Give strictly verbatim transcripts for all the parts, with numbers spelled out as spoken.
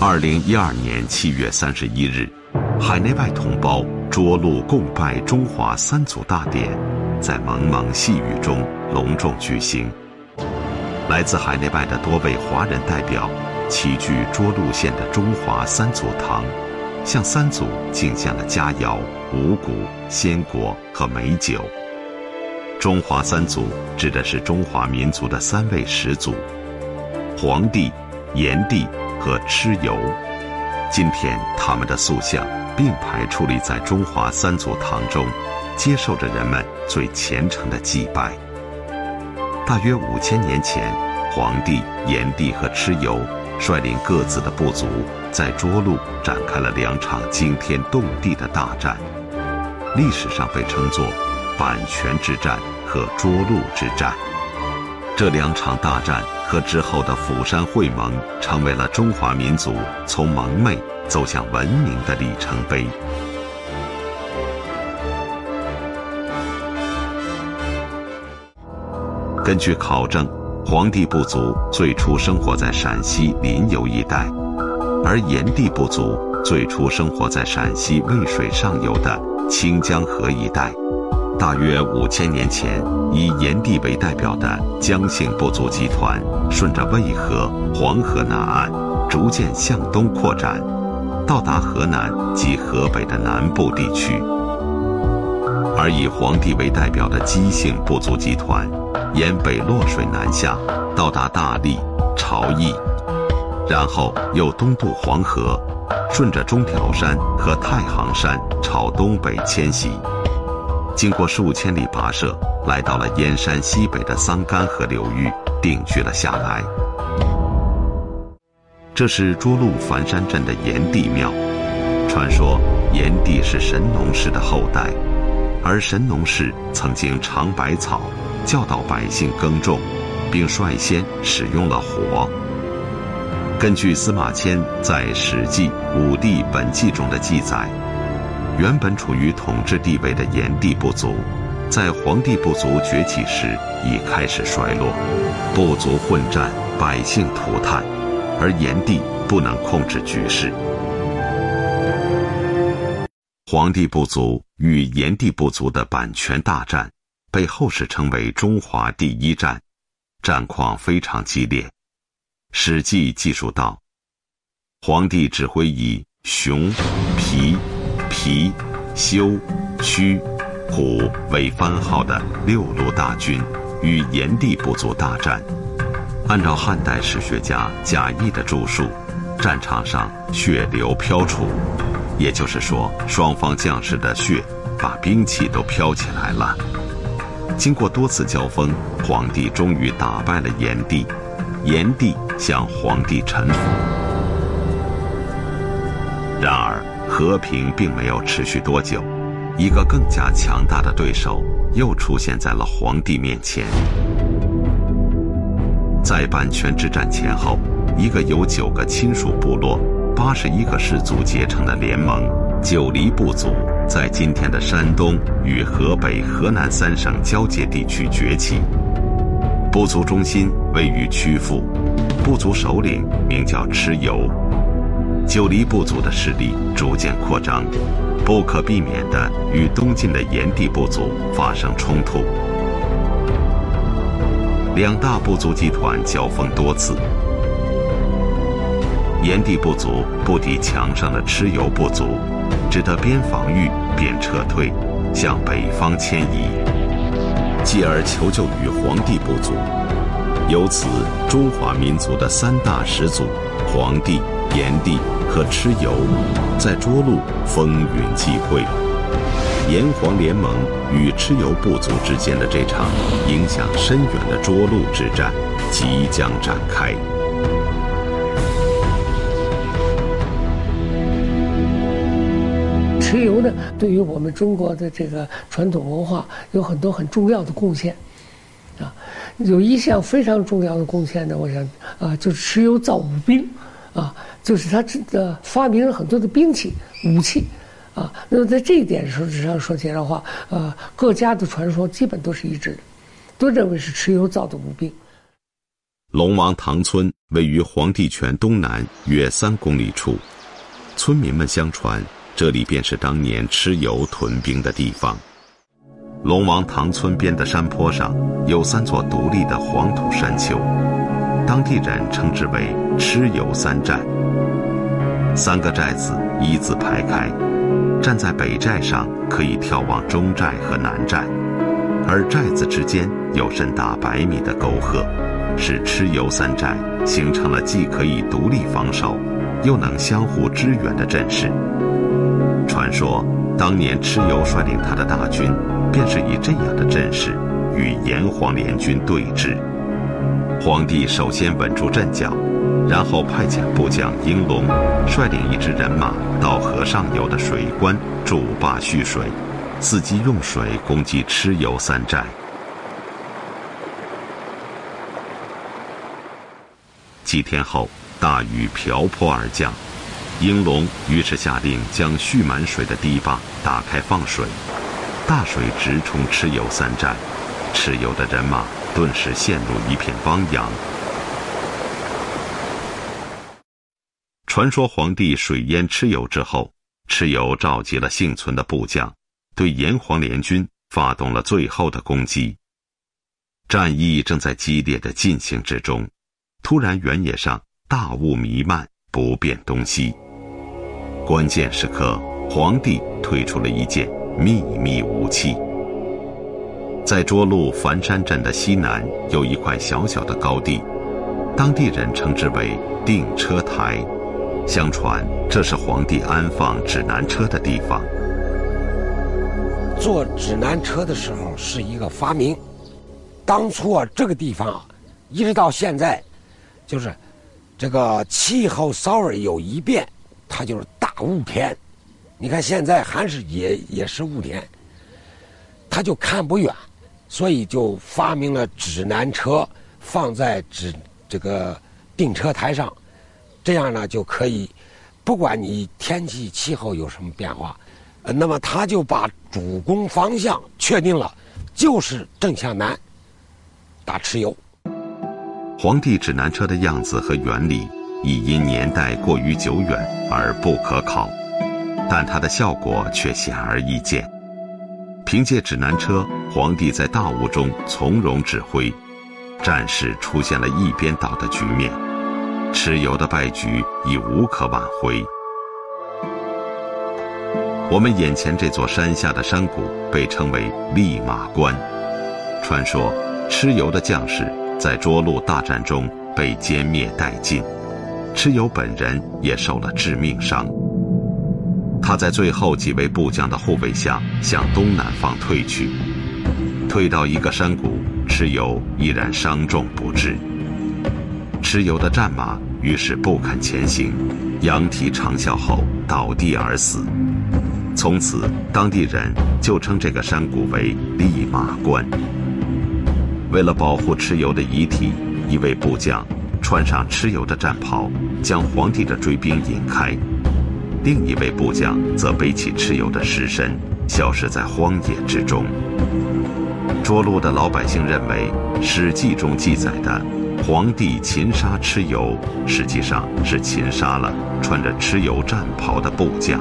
二零一二年七月三十一日，海内外同胞涿鹿共拜中华三祖大典在蒙蒙细雨中隆重举行。来自海内外的多位华人代表齐聚涿鹿县的中华三祖堂，向三祖敬献了佳肴、五谷、鲜果和美酒。中华三祖指的是中华民族的三位始祖：黄帝、炎帝和蚩尤。今天他们的塑像并排矗立在中华三祖堂中，接受着人们最虔诚的祭拜。大约五千年前，黄帝、炎帝和蚩尤率领各自的部族，在涿鹿展开了两场惊天动地的大战，历史上被称作阪泉之战和涿鹿之战。这两场大战和之后的釜山会盟，成为了中华民族从蒙昧走向文明的里程碑。根据考证，黄帝部族最初生活在陕西临游一带，而炎帝部族最初生活在陕西渭水上游的清江河一带。大约五千年前，以炎帝为代表的姜姓部族集团，顺着渭河、黄河南岸，逐渐向东扩展，到达河南及河北的南部地区。而以黄帝为代表的姬姓部族集团，沿北洛水南下，到达大荔、朝邑，然后又东渡黄河，顺着中条山和太行山朝东北迁徙，经过数千里跋涉，来到了燕山西北的桑干河流域，定居了下来。这是涿鹿梵山镇的炎帝庙，传说炎帝是神农氏的后代，而神农氏曾经尝百草，教导百姓耕种，并率先使用了火。根据司马迁在《史记·武帝本纪》中的记载，原本处于统治地位的炎帝部族，在黄帝部族崛起时已开始衰落，部族混战，百姓涂炭，而炎帝不能控制局势。黄帝部族与炎帝部族的阪泉大战，被后世称为中华第一战，战况非常激烈。《史记》记述道，黄帝指挥以熊、皮、皮、修、屈、虎为番号的六路大军与炎帝部族大战。按照汉代史学家贾谊的著述，战场上血流飘杵，也就是说，双方将士的血把兵器都飘起来了。经过多次交锋，黄帝终于打败了炎帝，炎帝向黄帝臣服。然而和平并没有持续多久，一个更加强大的对手又出现在了黄帝面前。在阪泉之战前后，一个由九个亲属部落、八十一个氏族结成的联盟九黎部族，在今天的山东与河北、河南三省交界地区崛起。部族中心位于曲阜，部族首领名叫蚩尤。九黎部族的势力逐渐扩张，不可避免地与东晋的炎帝部族发生冲突。两大部族集团交锋多次，炎帝部族不敌强盛的蚩尤部族，只得边防御边撤退，向北方迁移，继而求救于黄帝部族。由此，中华民族的三大始祖黄帝、炎帝和蚩尤在涿鹿风云际会。炎黄联盟与蚩尤部族之间的这场影响深远的涿鹿之战即将展开。 蚩尤呢，对于我们中国的这个传统文化有很多很重要的贡献，啊，有一项非常重要的贡献呢，我想啊，就是蚩尤造武兵，啊，就是他呃发明了很多的兵器、武器，啊，那么在这一点上说起来的话，呃，各家的传说基本都是一致的，都认为是蚩尤造的武兵。 龙王塘村位于黄帝泉东南约三公里处，村民们相传，这里便是当年蚩尤屯兵的地方。龙王塘村边的山坡上有三座独立的黄土山丘，当地人称之为蚩尤三寨。三个寨子一字排开，站在北寨上可以眺望中寨和南寨，而寨子之间有深达百米的沟壑，使蚩尤三寨形成了既可以独立防守，又能相互支援的阵势。传说当年蚩尤率领他的大军，便是以这样的阵势与炎黄联军对峙。皇帝首先稳住阵脚，然后派遣部将英龙率领一支人马到河上游的水关筑坝蓄水，伺机用水攻击蚩尤三寨。几天后，大雨瓢泼而降，英龙于是下令将蓄满水的堤坝打开放水，大水直冲蚩尤三寨，蚩尤的人马顿时陷入一片汪洋。传说皇帝水淹蚩尤之后，蚩尤召集了幸存的部将，对炎黄联军发动了最后的攻击。战役正在激烈的进行之中，突然原野上大雾弥漫，不辨东西。关键时刻，皇帝推出了一件秘密武器。在涿鹿繁山镇的西南有一块小小的高地，当地人称之为定车台，相传这是皇帝安放指南车的地方。 做指南车的时候是一个发明，当初啊这个地方一直到现在，就是这个气候稍微有一变，它就是大雾天。你看现在还是也也是雾天，它就看不远，所以就发明了指南车，放在指这个定车台上，这样呢就可以，不管你天气气候有什么变化，呃，那么他就把主攻方向确定了，就是正向南打蚩尤。 皇帝指南车的样子和原理已因年代过于久远而不可考，但它的效果却显而易见。凭借指南车，皇帝在大雾中从容指挥，战事出现了一边倒的局面，蚩尤的败局已无可挽回。我们眼前这座山下的山谷被称为立马关，传说蚩尤的将士在涿鹿大战中被歼灭殆尽，蚩尤本人也受了致命伤。他在最后几位部将的护卫下向东南方退去，退到一个山谷，蚩尤依然伤重不治。蚩尤的战马于是不肯前行，仰体长啸后倒地而死。从此当地人就称这个山谷为立马关。为了保护蚩尤的遗体，一位部将穿上蚩尤的战袍，将皇帝的追兵引开，另一位部将则背起蚩尤的尸身，消失在荒野之中。涿鹿的老百姓认为，《史记》中记载的皇帝擒杀蚩尤，实际上是擒杀了穿着蚩尤战袍的部将。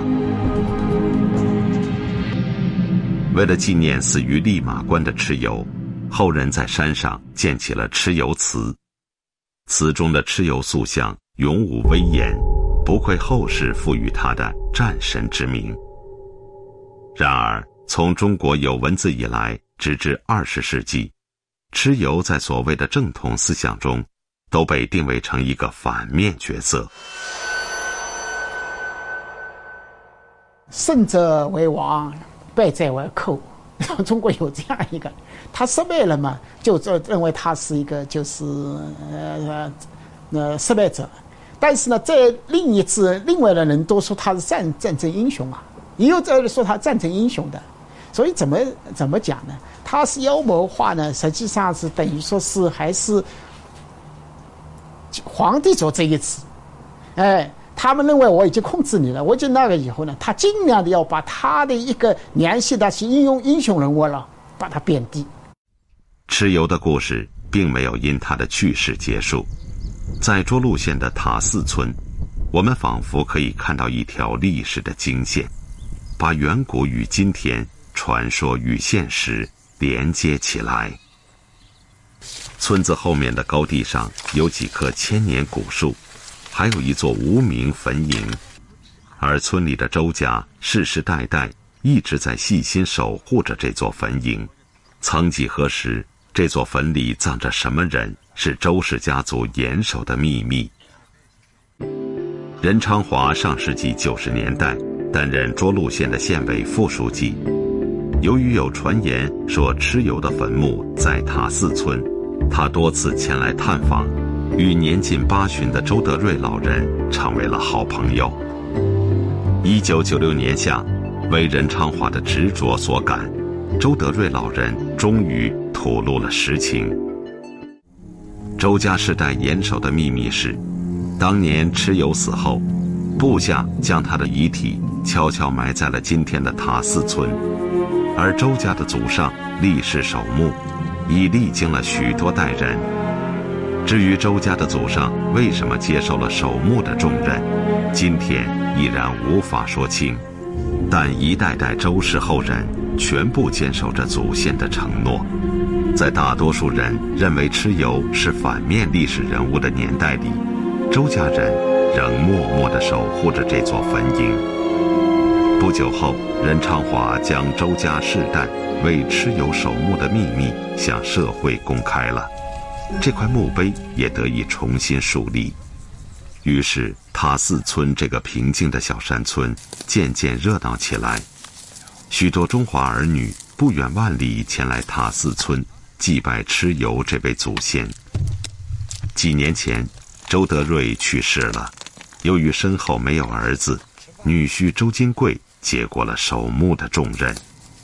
为了纪念死于立马关的蚩尤，后人在山上建起了蚩尤祠。祠中的蚩尤塑像勇武威严，不愧后世赋予他的战神之名。然而，从中国有文字以来，直至二十世纪，蚩尤在所谓的正统思想中，都被定位成一个反面角色。 胜者为王，败者为寇。中国有这样一个，他失败了嘛，就认为他是一个就是呃呃失败者。但是呢，在另一支另外的人都说他是战战争英雄啊，也有在说他战争英雄的。所以怎么怎么讲呢？他是妖魔化呢，实际上是等于说是还是皇帝做这一次，哎。他们认为我已经控制你了，我就那个以后呢，他尽量的要把他的一个联系的是应用英雄人物了，把他贬低。 蚩尤的故事并没有因他的去世结束。在涿鹿县的塔寺村，我们仿佛可以看到一条历史的经线，把远古与今天、传说与现实连接起来。村子后面的高地上有几棵千年古树，还有一座无名坟茔，而村里的周家世世代代一直在细心守护着这座坟茔。曾几何时，这座坟里葬着什么人，是周氏家族严守的秘密。任昌华上世纪九十年代担任涿鹿县的县委副书记。由于有传言说蚩尤的坟墓在塔寺村，他多次前来探访，与年近八旬的周德瑞老人成为了好朋友。一九九六年夏，为任昌华的执着所感，周德瑞老人终于吐露了实情。周家世代严守的秘密是，当年蚩尤死后，部下将他的遗体悄悄埋在了今天的塔寺村，而周家的祖上立誓守墓，已历经了许多代人。至于周家的祖上为什么接受了守墓的重任，今天依然无法说清。但一代代周氏后人全部坚守着祖先的承诺。在大多数人认为蚩尤是反面历史人物的年代里，周家人仍默默地守护着这座坟茔。不久后，任昌华将周家世代为蚩尤守墓的秘密向社会公开了，这块墓碑也得以重新树立。于是塔寺村这个平静的小山村渐渐热闹起来，许多中华儿女不远万里前来塔寺村祭拜蚩尤这位祖先。几年前，周德瑞去世了，由于身后没有儿子，女婿周金贵接过了守墓的重任。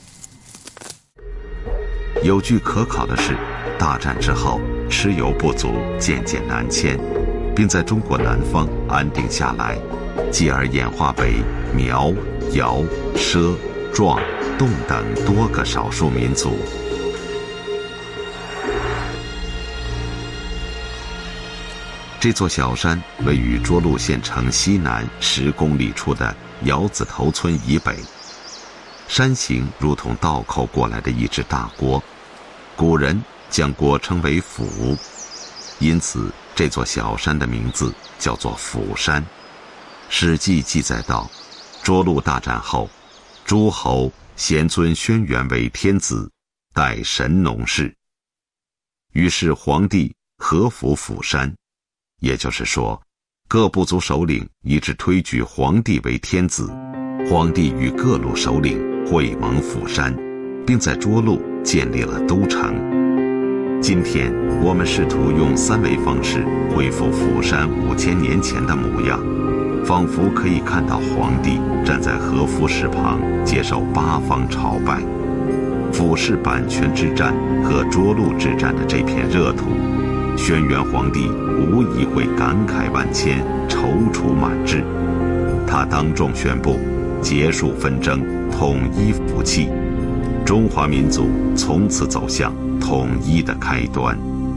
有据可考的是，大战之后，蚩尤部族渐渐南迁，并在中国南方安定下来，继而演化为苗、瑶、畲、壮、侗等多个少数民族。这座小山位于涿鹿县城西南十公里处的窑子头村以北，山形如同倒扣过来的一只大锅，古人将锅称为釜，因此这座小山的名字叫做釜山。史记记载道，涿鹿大战后，诸侯咸尊轩辕为天子，代神农氏，于是皇帝合府釜山。也就是说，各部族首领一致推举皇帝为天子，皇帝与各路首领会盟釜山，并在涿鹿建立了都城。今天我们试图用三维方式恢复釜山五千年前的模样，仿佛可以看到皇帝站在和服石旁接受八方朝拜。俯视阪泉之战和涿鹿之战的这片热土，轩辕皇帝无疑会感慨万千，踌躇满志。他当众宣布结束纷争，统一服气，中华民族从此走向统一的开端。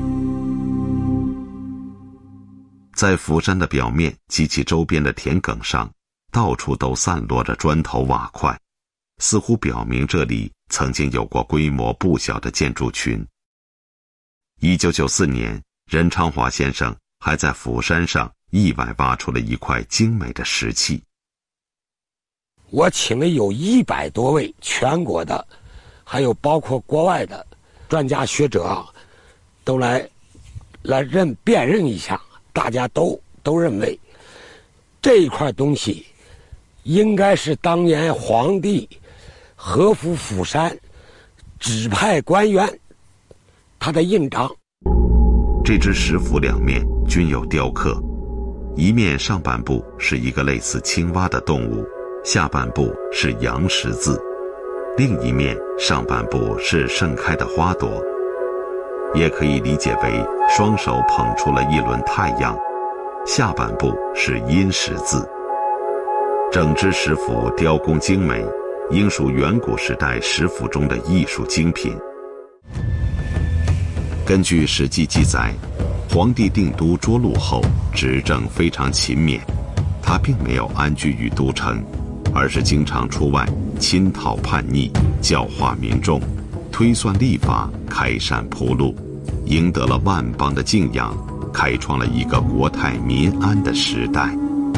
在釜山的表面及其周边的田埂上，到处都散落着砖头瓦块，似乎表明这里曾经有过规模不小的建筑群。一九九四年，任昌华先生还在釜山上意外挖出了一块精美的石器。 我请了有一百多位全国的，还有包括国外的专家学者啊，都来来认辨认一下，大家都都认为这一块东西应该是当年皇帝合府釜山指派官员他的印章。 这只石斧两面均有雕刻，一面上半部是一个类似青蛙的动物，下半部是羊十字，另一面上半部是盛开的花朵，也可以理解为双手捧出了一轮太阳，下半部是阴十字。整只石斧雕工精美，应属远古时代石斧中的艺术精品。 根据《史记》记载，皇帝定都涿鹿后，执政非常勤勉，他并没有安居于都城，而是经常出外亲讨叛逆，教化民众，推算历法，开山铺路，赢得了万邦的敬仰，开创了一个国泰民安的时代。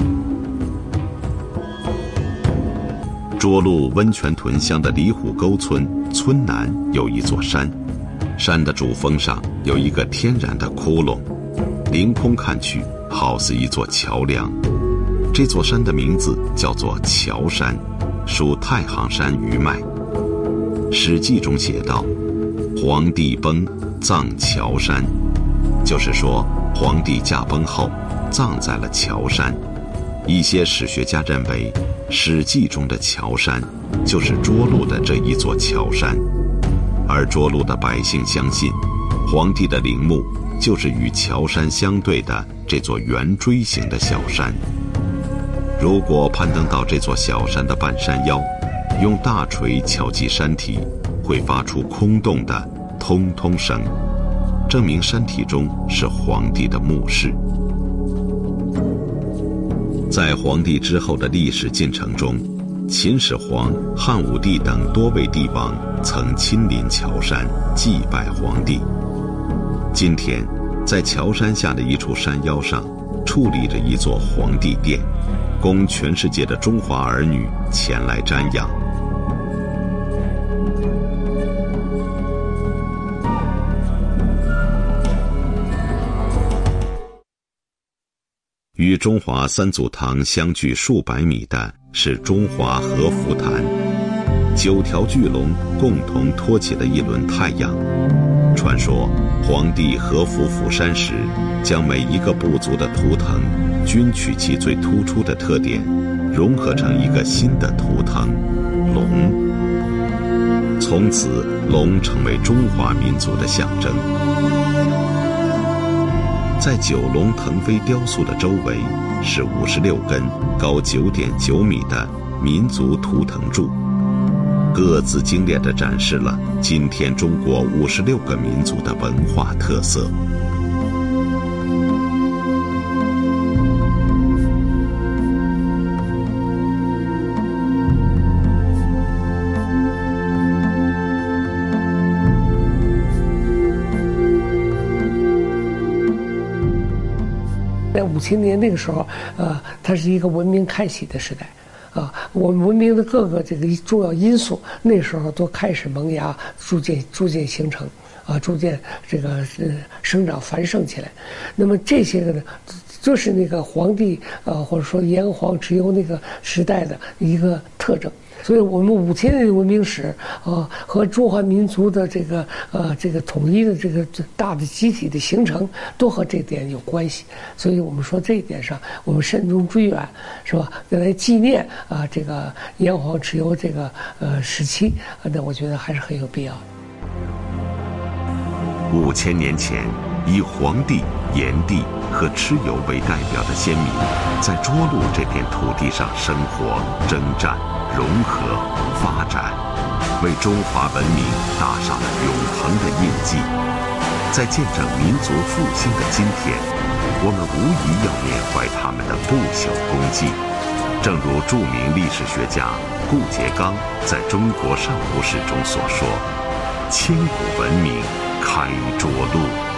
涿鹿温泉屯乡的李虎沟村村南有一座山，山的主峰上有一个天然的窟窿，凌空看去好似一座桥梁。这座山的名字叫做桥山，属太行山余脉。《史记》中写道：皇帝崩，葬桥山，就是说皇帝驾崩后葬在了桥山。一些史学家认为，《史记》中的桥山就是涿鹿的这一座桥山，而涿鹿的百姓相信，皇帝的陵墓就是与桥山相对的这座圆锥形的小山。如果攀登到这座小山的半山腰，用大锤敲击山体，会发出空洞的通通声，证明山体中是皇帝的墓室。在皇帝之后的历史进程中，秦始皇、汉武帝等多位帝王曾亲临桥山祭拜皇帝。今天，在桥山下的一处山腰上，矗立着一座皇帝殿，供全世界的中华儿女前来瞻仰。与中华三祖堂相距数百米的是中华和福坛，九条巨龙共同托起了一轮太阳。传说皇帝和服釜山时，将每一个部族的图腾均取其最突出的特点，融合成一个新的图腾——龙。从此，龙成为中华民族的象征。在九龙腾飞雕塑的周围，是五十六根高九点九米的民族图腾柱，各自精炼地展示了今天中国五十六个民族的文化特色。 在五千年那个时候，呃，它是一个文明开启的时代，啊，我们文明的各个这个重要因素，那时候都开始萌芽，逐渐逐渐形成，啊，逐渐这个呃生长繁盛起来。那么这些个呢，就是那个皇帝呃或者说炎黄蚩尤那个时代的一个特征。所以我们五千年的文明史啊，和中华民族的这个呃这个统一的这个大的集体的形成，都和这点有关系。所以我们说这一点上，我们慎重追远，是吧？来纪念啊这个炎黄蚩尤这个呃时期，那我觉得还是很有必要的。 五千年前，以黄帝、炎帝和蚩尤为代表的先民，在涿鹿这片土地上生活、征战、融合、发展，为中华文明打上了永恒的印记。在见证民族复兴的今天，我们无疑要缅怀他们的不朽功绩。正如著名历史学家顾颉刚在中国上古史中所说：“千古文明开涿鹿。”